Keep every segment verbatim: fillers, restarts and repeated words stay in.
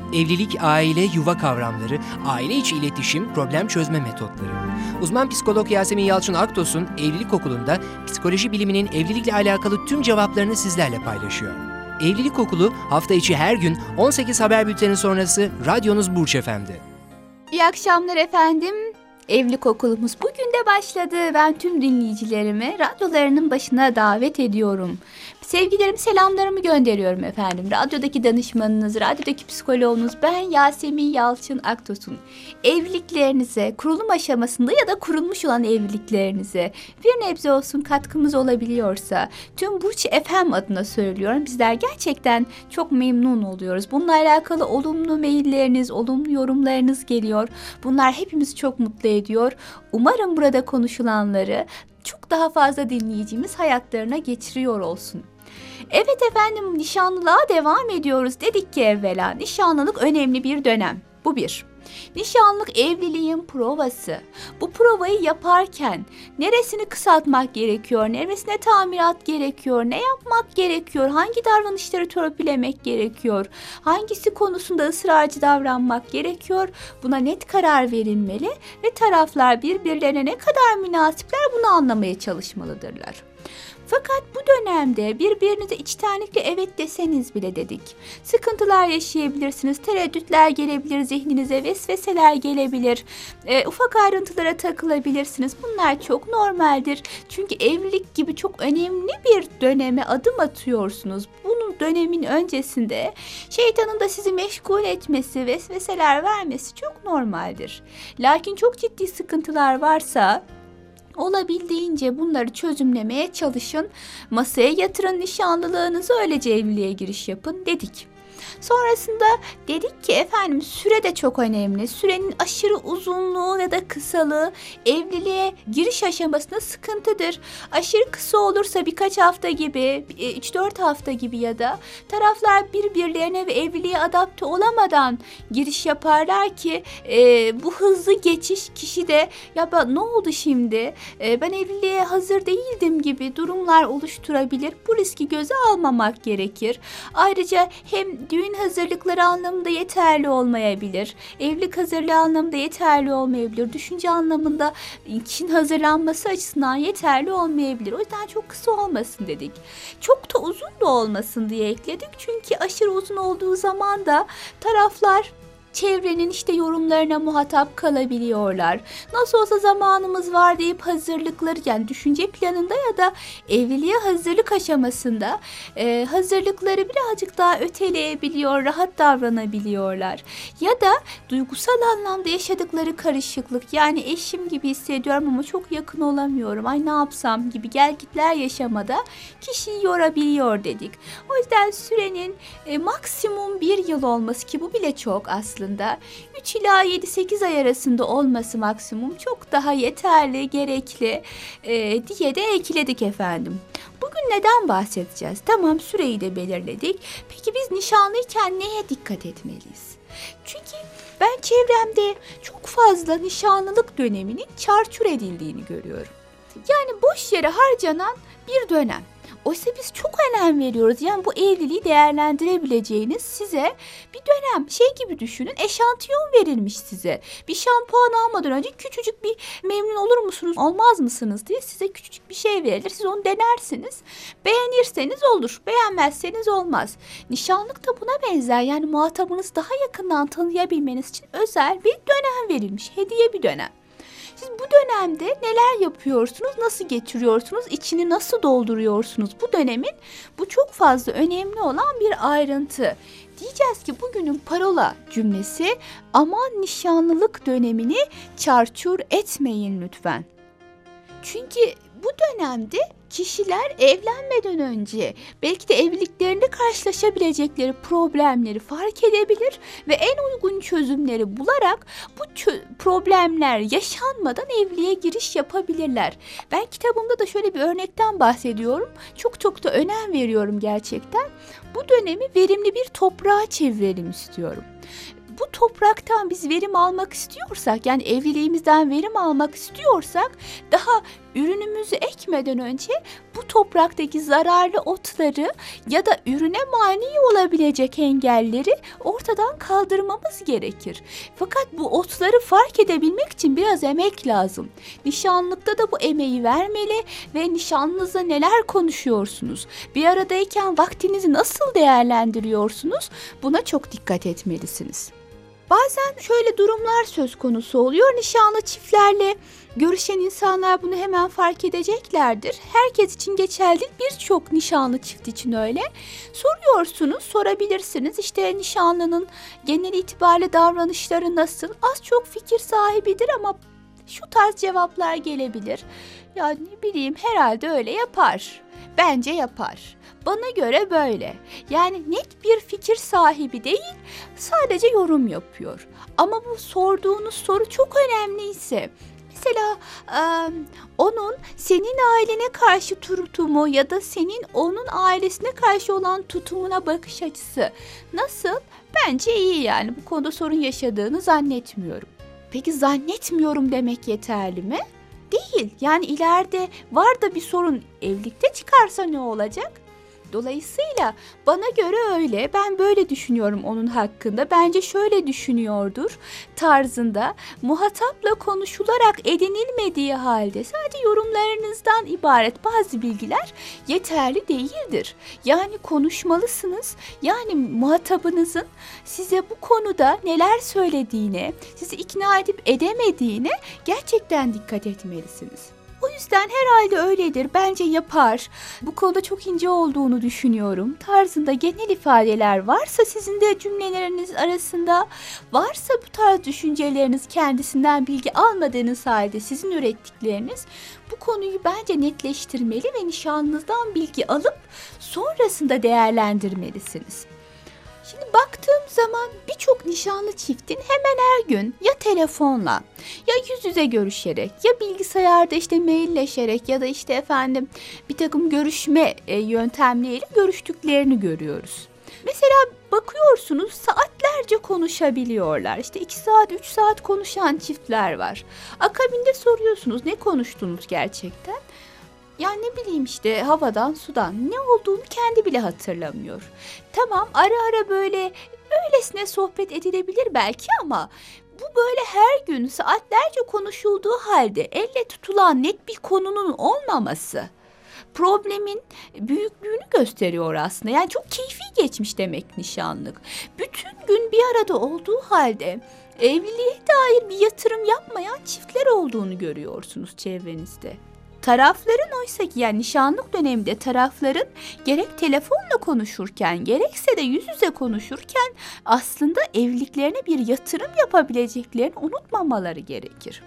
Evlilik, aile, yuva kavramları, aile içi iletişim, problem çözme metotları. Uzman psikolog Yasemin Yalçın Aktos'un Evlilik Okulu'nda psikoloji biliminin evlilikle alakalı tüm cevaplarını sizlerle paylaşıyor. Evlilik Okulu hafta içi her gün on sekiz haber bülteni sonrası radyonuz Burç Efendi. İyi akşamlar efendim. Evlilik Okulumuz bugün de başladı. Ben tüm dinleyicilerimi radyolarının başına davet ediyorum. Sevgilerimi, selamlarımı gönderiyorum efendim. Radyodaki danışmanınız, radyodaki psikoloğunuz ben Yasemin Yalçın Aktos'un. Evliliklerinize, kurulum aşamasında ya da kurulmuş olan evliliklerinize bir nebze olsun katkımız olabiliyorsa tüm Burç F M adına söylüyorum. Bizler gerçekten çok memnun oluyoruz. Bununla alakalı olumlu mailleriniz, olumlu yorumlarınız geliyor. Bunlar hepimizi çok mutlu ediyor. Umarım burada konuşulanları çok daha fazla dinleyicimiz hayatlarına geçiriyor olsun. Evet efendim, nişanlılığa devam ediyoruz. Dedik ki evvela nişanlılık önemli bir dönem. Bu bir. Nişanlılık evliliğin provası. Bu provayı yaparken neresini kısaltmak gerekiyor, neresine tamirat gerekiyor, ne yapmak gerekiyor, hangi davranışları törpülemek gerekiyor, hangisi konusunda ısrarcı davranmak gerekiyor, buna net karar verilmeli ve taraflar birbirlerine ne kadar münasipler bunu anlamaya çalışmalıdırlar. Fakat bu dönemde birbirinize içtenlikle evet deseniz bile dedik. Sıkıntılar yaşayabilirsiniz, tereddütler gelebilir zihninize, vesveseler gelebilir, e, ufak ayrıntılara takılabilirsiniz. Bunlar çok normaldir. Çünkü evlilik gibi çok önemli bir döneme adım atıyorsunuz. Bunun dönemin öncesinde şeytanın da sizi meşgul etmesi, vesveseler vermesi çok normaldir. Lakin çok ciddi sıkıntılar varsa olabildiğince bunları çözümlemeye çalışın. Masaya yatırın nişanlılığınızı, öylece evliliğe giriş yapın dedik. Sonrasında dedik ki efendim süre de çok önemli. Sürenin aşırı uzunluğu ya da kısalığı evliliğe giriş aşamasında sıkıntıdır. Aşırı kısa olursa birkaç hafta gibi, üç dört hafta gibi ya da taraflar birbirlerine ve evliliğe adapte olamadan giriş yaparlar ki e, bu hızlı geçiş kişi de ya ben, ne oldu şimdi, e, ben evliliğe hazır değildim gibi durumlar oluşturabilir. Bu riski göze almamak gerekir. Ayrıca hem düğün hazırlıkları anlamında yeterli olmayabilir. Evlilik hazırlığı anlamında yeterli olmayabilir. Düşünce anlamında için hazırlanması açısından yeterli olmayabilir. O yüzden çok kısa olmasın dedik. Çok da uzun da olmasın diye ekledik. Çünkü aşırı uzun olduğu zaman da taraflar çevrenin işte yorumlarına muhatap kalabiliyorlar. Nasıl olsa zamanımız var deyip hazırlıkları, yani düşünce planında ya da evliliğe hazırlık aşamasında e, hazırlıkları birazcık daha öteleyebiliyor, rahat davranabiliyorlar. Ya da duygusal anlamda yaşadıkları karışıklık, yani eşim gibi hissediyorum ama çok yakın olamıyorum, ay ne yapsam gibi gelgitler yaşamada kişiyi yorabiliyor dedik. O yüzden sürenin e, maksimum bir yıl olması, ki bu bile çok aslında. üç ila yedi sekiz ay arasında olması maksimum çok daha yeterli, gerekli e, diye de ekledik efendim. Bugün neden bahsedeceğiz? Tamam, süreyi de belirledik. Peki biz nişanlıyken neye dikkat etmeliyiz? Çünkü ben çevremde çok fazla nişanlılık döneminin çarçur edildiğini görüyorum. Yani boş yere harcanan bir dönem. Oysa biz çok önem veriyoruz. Yani bu evliliği değerlendirebileceğiniz size bir dönem, şey gibi düşünün, eşantiyon verilmiş size. Bir şampuan almadan önce küçücük bir memnun olur musunuz, olmaz mısınız diye size küçücük bir şey verilir. Siz onu denersiniz. Beğenirseniz olur, beğenmezseniz olmaz. Nişanlık da buna benzer. Yani muhatabınızı daha yakından tanıyabilmeniz için özel bir dönem verilmiş. Hediye bir dönem. Siz bu dönemde neler yapıyorsunuz, nasıl geçiriyorsunuz, içini nasıl dolduruyorsunuz? Bu dönemin, bu çok fazla önemli olan bir ayrıntı. Diyeceğiz ki bugünün parola cümlesi, aman nişanlılık dönemini çarçur etmeyin lütfen. Çünkü bu dönemde kişiler evlenmeden önce belki de evliliklerinde karşılaşabilecekleri problemleri fark edebilir ve en uygun çözümleri bularak bu çö- problemler yaşanmadan evliliğe giriş yapabilirler. Ben kitabımda da şöyle bir örnekten bahsediyorum. Çok çok da önem veriyorum gerçekten. Bu dönemi verimli bir toprağa çevirelim istiyorum. Bu topraktan biz verim almak istiyorsak, yani evliliğimizden verim almak istiyorsak daha ürünümüzü ekmeden önce bu topraktaki zararlı otları ya da ürüne mani olabilecek engelleri ortadan kaldırmamız gerekir. Fakat bu otları fark edebilmek için biraz emek lazım. Nişanlıkta da bu emeği vermeli ve nişanlınızla neler konuşuyorsunuz? Bir aradayken vaktinizi nasıl değerlendiriyorsunuz? Buna çok dikkat etmelisiniz. Bazen şöyle durumlar söz konusu oluyor. Nişanlı çiftlerle görüşen insanlar bunu hemen fark edeceklerdir. Herkes için geçerli, birçok nişanlı çift için öyle. Soruyorsunuz, sorabilirsiniz. İşte nişanlının genel itibariyle davranışları nasıl? Az çok fikir sahibidir ama şu tarz cevaplar gelebilir. Ya ne bileyim, herhalde öyle yapar. Bence yapar. Bana göre böyle. Yani net bir fikir sahibi değil, sadece yorum yapıyor. Ama bu sorduğunuz soru çok önemliyse, mesela e, onun senin ailene karşı tutumu ya da senin onun ailesine karşı olan tutumuna bakış açısı nasıl? Bence iyi yani. Bu konuda sorun yaşadığını zannetmiyorum. Peki zannetmiyorum demek yeterli mi? Değil. Yani ileride var da bir sorun evlilikte çıkarsa ne olacak? Dolayısıyla bana göre öyle, ben böyle düşünüyorum onun hakkında, bence şöyle düşünüyordur tarzında muhatapla konuşularak edinilmediği halde sadece yorumlarınızdan ibaret bazı bilgiler yeterli değildir. Yani konuşmalısınız, yani muhatabınızın size bu konuda neler söylediğine, sizi ikna edip edemediğine gerçekten dikkat etmelisiniz. O yüzden herhalde öyledir, bence yapar, bu konuda çok ince olduğunu düşünüyorum tarzında genel ifadeler varsa sizin de cümleleriniz arasında, varsa bu tarz düşünceleriniz kendisinden bilgi almadığınız halde sizin ürettikleriniz, bu konuyu bence netleştirmeli ve nişanlınızdan bilgi alıp sonrasında değerlendirmelisiniz. Şimdi baktığım zaman birçok nişanlı çiftin hemen her gün ya telefonla ya yüz yüze görüşerek ya bilgisayarda işte mailleşerek ya da işte efendim bir takım görüşme e, yöntemleriyle görüştüklerini görüyoruz. Mesela bakıyorsunuz saatlerce konuşabiliyorlar. İşte iki saat, üç saat konuşan çiftler var. Akabinde soruyorsunuz, ne konuştunuz gerçekten? Ya ne bileyim işte havadan sudan, ne olduğunu kendi bile hatırlamıyor. Tamam, ara ara böyle öylesine sohbet edilebilir belki ama bu böyle her gün saatlerce konuşulduğu halde elle tutulan net bir konunun olmaması problemin büyüklüğünü gösteriyor aslında. Yani çok keyfi geçmiş demek nişanlık. Bütün gün bir arada olduğu halde evliliğe dair bir yatırım yapmayan çiftler olduğunu görüyorsunuz çevrenizde. Tarafların oysa ki yani nişanlık döneminde tarafların gerek telefonla konuşurken gerekse de yüz yüze konuşurken aslında evliliklerine bir yatırım yapabileceklerini unutmamaları gerekir.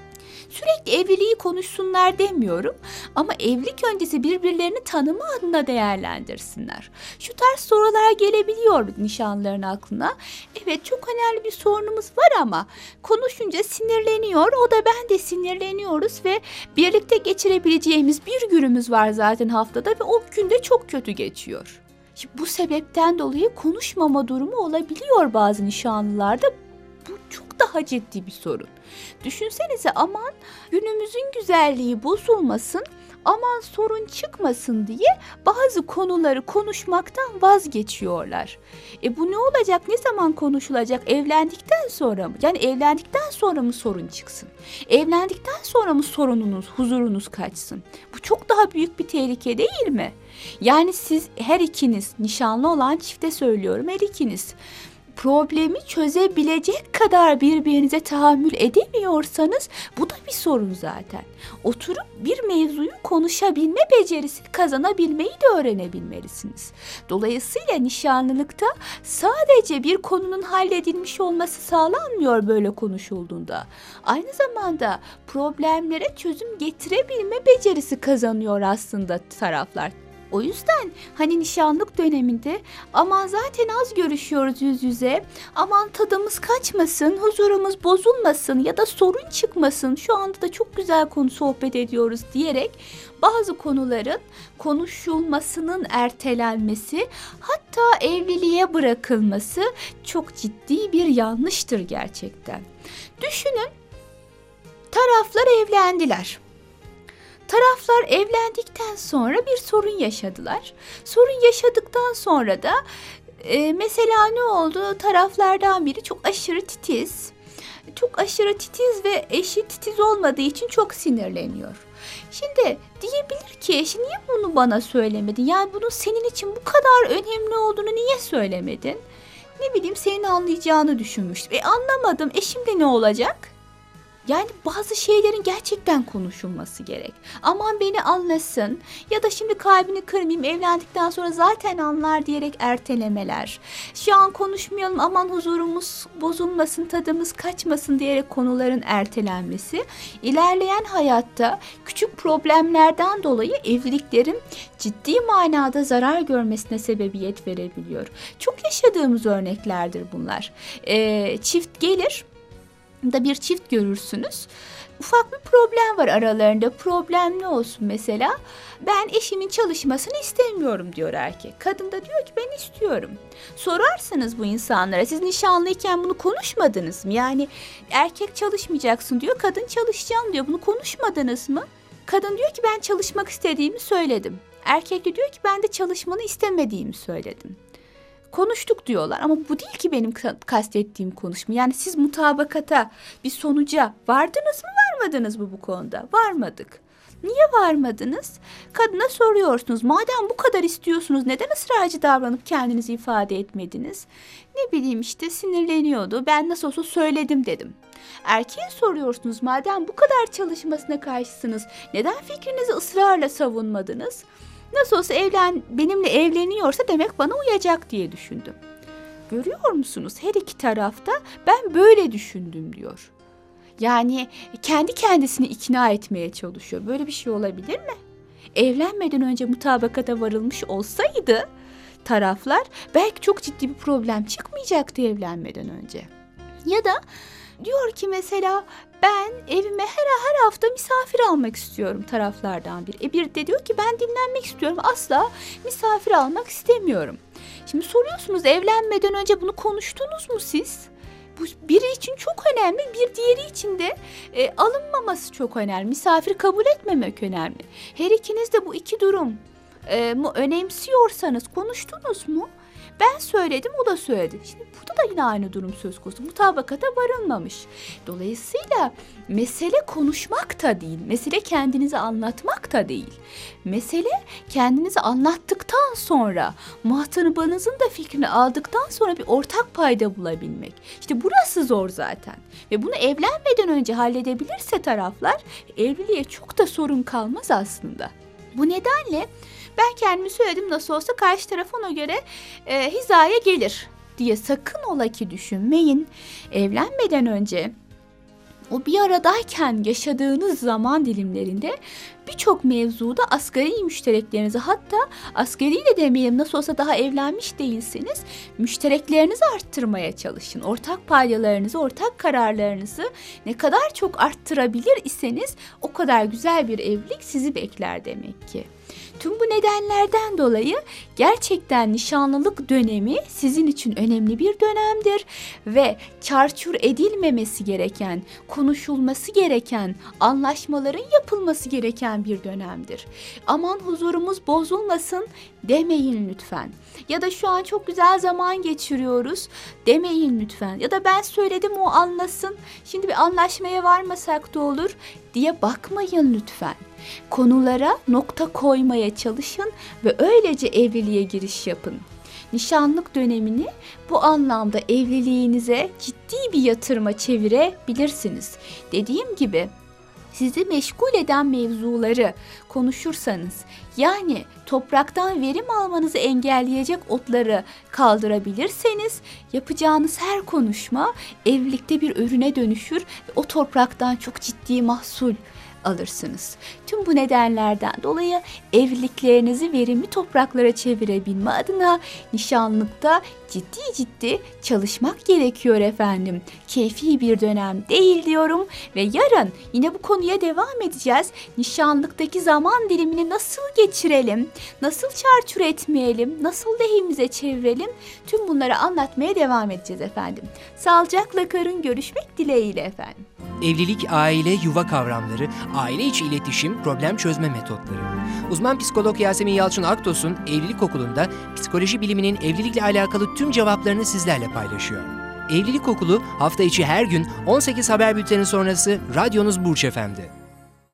Sürekli evliliği konuşsunlar demiyorum ama evlilik öncesi birbirlerini tanıma adına değerlendirsinler. Şu tarz sorular gelebiliyor nişanlıların aklına. Evet, çok önemli bir sorunumuz var ama konuşunca sinirleniyor, o da ben de sinirleniyoruz ve birlikte geçirebileceğimiz bir günümüz var zaten haftada ve o gün de çok kötü geçiyor. Şimdi bu sebepten dolayı konuşmama durumu olabiliyor bazı nişanlılarda. Bu çok daha ciddi bir sorun. Düşünsenize, aman günümüzün güzelliği bozulmasın, aman sorun çıkmasın diye bazı konuları konuşmaktan vazgeçiyorlar. E bu ne olacak? Ne zaman konuşulacak? Evlendikten sonra mı? Yani evlendikten sonra mı sorun çıksın? Evlendikten sonra mı sorununuz, huzurunuz kaçsın? Bu çok daha büyük bir tehlike değil mi? Yani siz her ikiniz, nişanlı olan çifte söylüyorum, her ikiniz problemi çözebilecek kadar birbirinize tahammül edemiyorsanız bu da bir sorun zaten. Oturup bir mevzuyu konuşabilme becerisi kazanabilmeyi de öğrenebilmelisiniz. Dolayısıyla nişanlılıkta sadece bir konunun halledilmiş olması sağlanmıyor böyle konuşulduğunda. Aynı zamanda problemlere çözüm getirebilme becerisi kazanıyor aslında taraflar. O yüzden hani nişanlık döneminde aman zaten az görüşüyoruz yüz yüze, aman tadımız kaçmasın, huzurumuz bozulmasın ya da sorun çıkmasın, şu anda da çok güzel konu sohbet ediyoruz diyerek bazı konuların konuşulmasının ertelenmesi, hatta evliliğe bırakılması çok ciddi bir yanlıştır gerçekten. Düşünün, taraflar evlendiler. Taraflar evlendikten sonra bir sorun yaşadılar. Sorun yaşadıktan sonra da e, mesela ne oldu? Taraflardan biri çok aşırı titiz. Çok aşırı titiz ve eşi titiz olmadığı için çok sinirleniyor. Şimdi diyebilir ki eşi niye bunu bana söylemedin? Yani bunun senin için bu kadar önemli olduğunu niye söylemedin? Ne bileyim senin anlayacağını düşünmüştüm. E anlamadım. E şimdi ne olacak? Yani bazı şeylerin gerçekten konuşulması gerek. Aman beni anlasın ya da şimdi kalbini kırmayayım, evlendikten sonra zaten anlar diyerek ertelemeler. Şu an konuşmayalım, aman huzurumuz bozulmasın, tadımız kaçmasın diyerek konuların ertelenmesi. İlerleyen hayatta küçük problemlerden dolayı evliliklerin ciddi manada zarar görmesine sebebiyet verebiliyor. Çok yaşadığımız örneklerdir bunlar. Ee, çift gelir da bir çift görürsünüz. Ufak bir problem var aralarında. Problem ne olsun mesela? Ben eşimin çalışmasını istemiyorum diyor erkek. Kadın da diyor ki ben istiyorum. Sorarsınız bu insanlara. Siz nişanlıyken bunu konuşmadınız mı? Yani erkek çalışmayacaksın diyor. Kadın çalışacağım diyor. Bunu konuşmadınız mı? Kadın diyor ki ben çalışmak istediğimi söyledim. Erkek de diyor ki ben de çalışmanı istemediğimi söyledim. Konuştuk diyorlar ama bu değil ki benim kastettiğim konuşma. Yani siz mutabakata, bir sonuca vardınız mı, varmadınız mı bu konuda? Varmadık. Niye varmadınız? Kadına soruyorsunuz. Madem bu kadar istiyorsunuz neden ısrarcı davranıp kendinizi ifade etmediniz? Ne bileyim işte sinirleniyordu. Ben nasıl olsa söyledim dedim. Erkeğe soruyorsunuz. Madem bu kadar çalışmasına karşısınız neden fikrinizi ısrarla savunmadınız? Nasıl olsa evlen, benimle evleniyorsa demek bana uyacak diye düşündüm. Görüyor musunuz? Her iki tarafta ben böyle düşündüm diyor. Yani kendi kendisini ikna etmeye çalışıyor. Böyle bir şey olabilir mi? Evlenmeden önce mutabakata varılmış olsaydı taraflar belki çok ciddi bir problem çıkmayacaktı evlenmeden önce. Ya da diyor ki mesela ben evime her, her hafta misafir almak istiyorum taraflardan biri. E bir de diyor ki ben dinlenmek istiyorum, asla misafir almak istemiyorum. Şimdi soruyorsunuz evlenmeden önce bunu konuştunuz mu siz? Bu biri için çok önemli, bir diğeri için de e, alınmaması çok önemli. Misafir kabul etmemek önemli. Her ikiniz de bu iki durum e, mu önemsiyorsanız konuştunuz mu? Ben söyledim, o da söyledi. Şimdi burada da yine aynı durum söz konusu. Mutabakata varılmamış. Dolayısıyla mesele konuşmak da değil. Mesele kendinizi anlatmak da değil. Mesele kendinizi anlattıktan sonra, muhatabınızın da fikrini aldıktan sonra bir ortak payda bulabilmek. İşte burası zor zaten. Ve bunu evlenmeden önce halledebilirse taraflar, evliliğe çok da sorun kalmaz aslında. Bu nedenle ben kendimi söyledim, nasıl olsa karşı taraf ona göre e, hizaya gelir diye sakın ola ki düşünmeyin. Evlenmeden önce o bir aradayken yaşadığınız zaman dilimlerinde birçok mevzuda asgari müştereklerinizi, hatta asgari de demeyelim, nasıl olsa daha evlenmiş değilseniz müştereklerinizi arttırmaya çalışın. Ortak paydalarınızı, ortak kararlarınızı ne kadar çok arttırabilir iseniz o kadar güzel bir evlilik sizi bekler demek ki. Tüm bu nedenlerden dolayı gerçekten nişanlılık dönemi sizin için önemli bir dönemdir ve çarçur edilmemesi gereken, konuşulması gereken, anlaşmaların yapılması gereken bir dönemdir. Aman huzurumuz bozulmasın demeyin lütfen. Ya da şu an çok güzel zaman geçiriyoruz demeyin lütfen. Ya da ben söyledim o anlasın, şimdi bir anlaşmaya varmasak da olur diye bakmayın lütfen. Konulara nokta koymaya çalışın ve öylece evliliğe giriş yapın. Nişanlık dönemini bu anlamda evliliğinize ciddi bir yatırıma çevirebilirsiniz. Dediğim gibi sizi meşgul eden mevzuları konuşursanız, yani topraktan verim almanızı engelleyecek otları kaldırabilirseniz, yapacağınız her konuşma evlilikte bir ürüne dönüşür ve o topraktan çok ciddi mahsul alırsınız. Tüm bu nedenlerden dolayı evliliklerinizi verimli topraklara çevirebilme adına nişanlıkta ciddi ciddi çalışmak gerekiyor efendim. Keyfi bir dönem değil diyorum ve yarın yine bu konuya devam edeceğiz. Nişanlıktaki zaman dilimini nasıl geçirelim, nasıl çarçur etmeyelim, nasıl lehimize çevirelim, tüm bunları anlatmaya devam edeceğiz efendim. Sağlıcakla kalın, görüşmek dileğiyle efendim. Evlilik, aile, yuva kavramları, aile içi iletişim, problem çözme metotları. Uzman psikolog Yasemin Yalçın Aktos'un Evlilik Okulu'nda psikoloji biliminin evlilikle alakalı tüm cevaplarını sizlerle paylaşıyor. Evlilik Okulu hafta içi her gün on sekiz haber bülteni sonrası radyonuz Burç F M'de.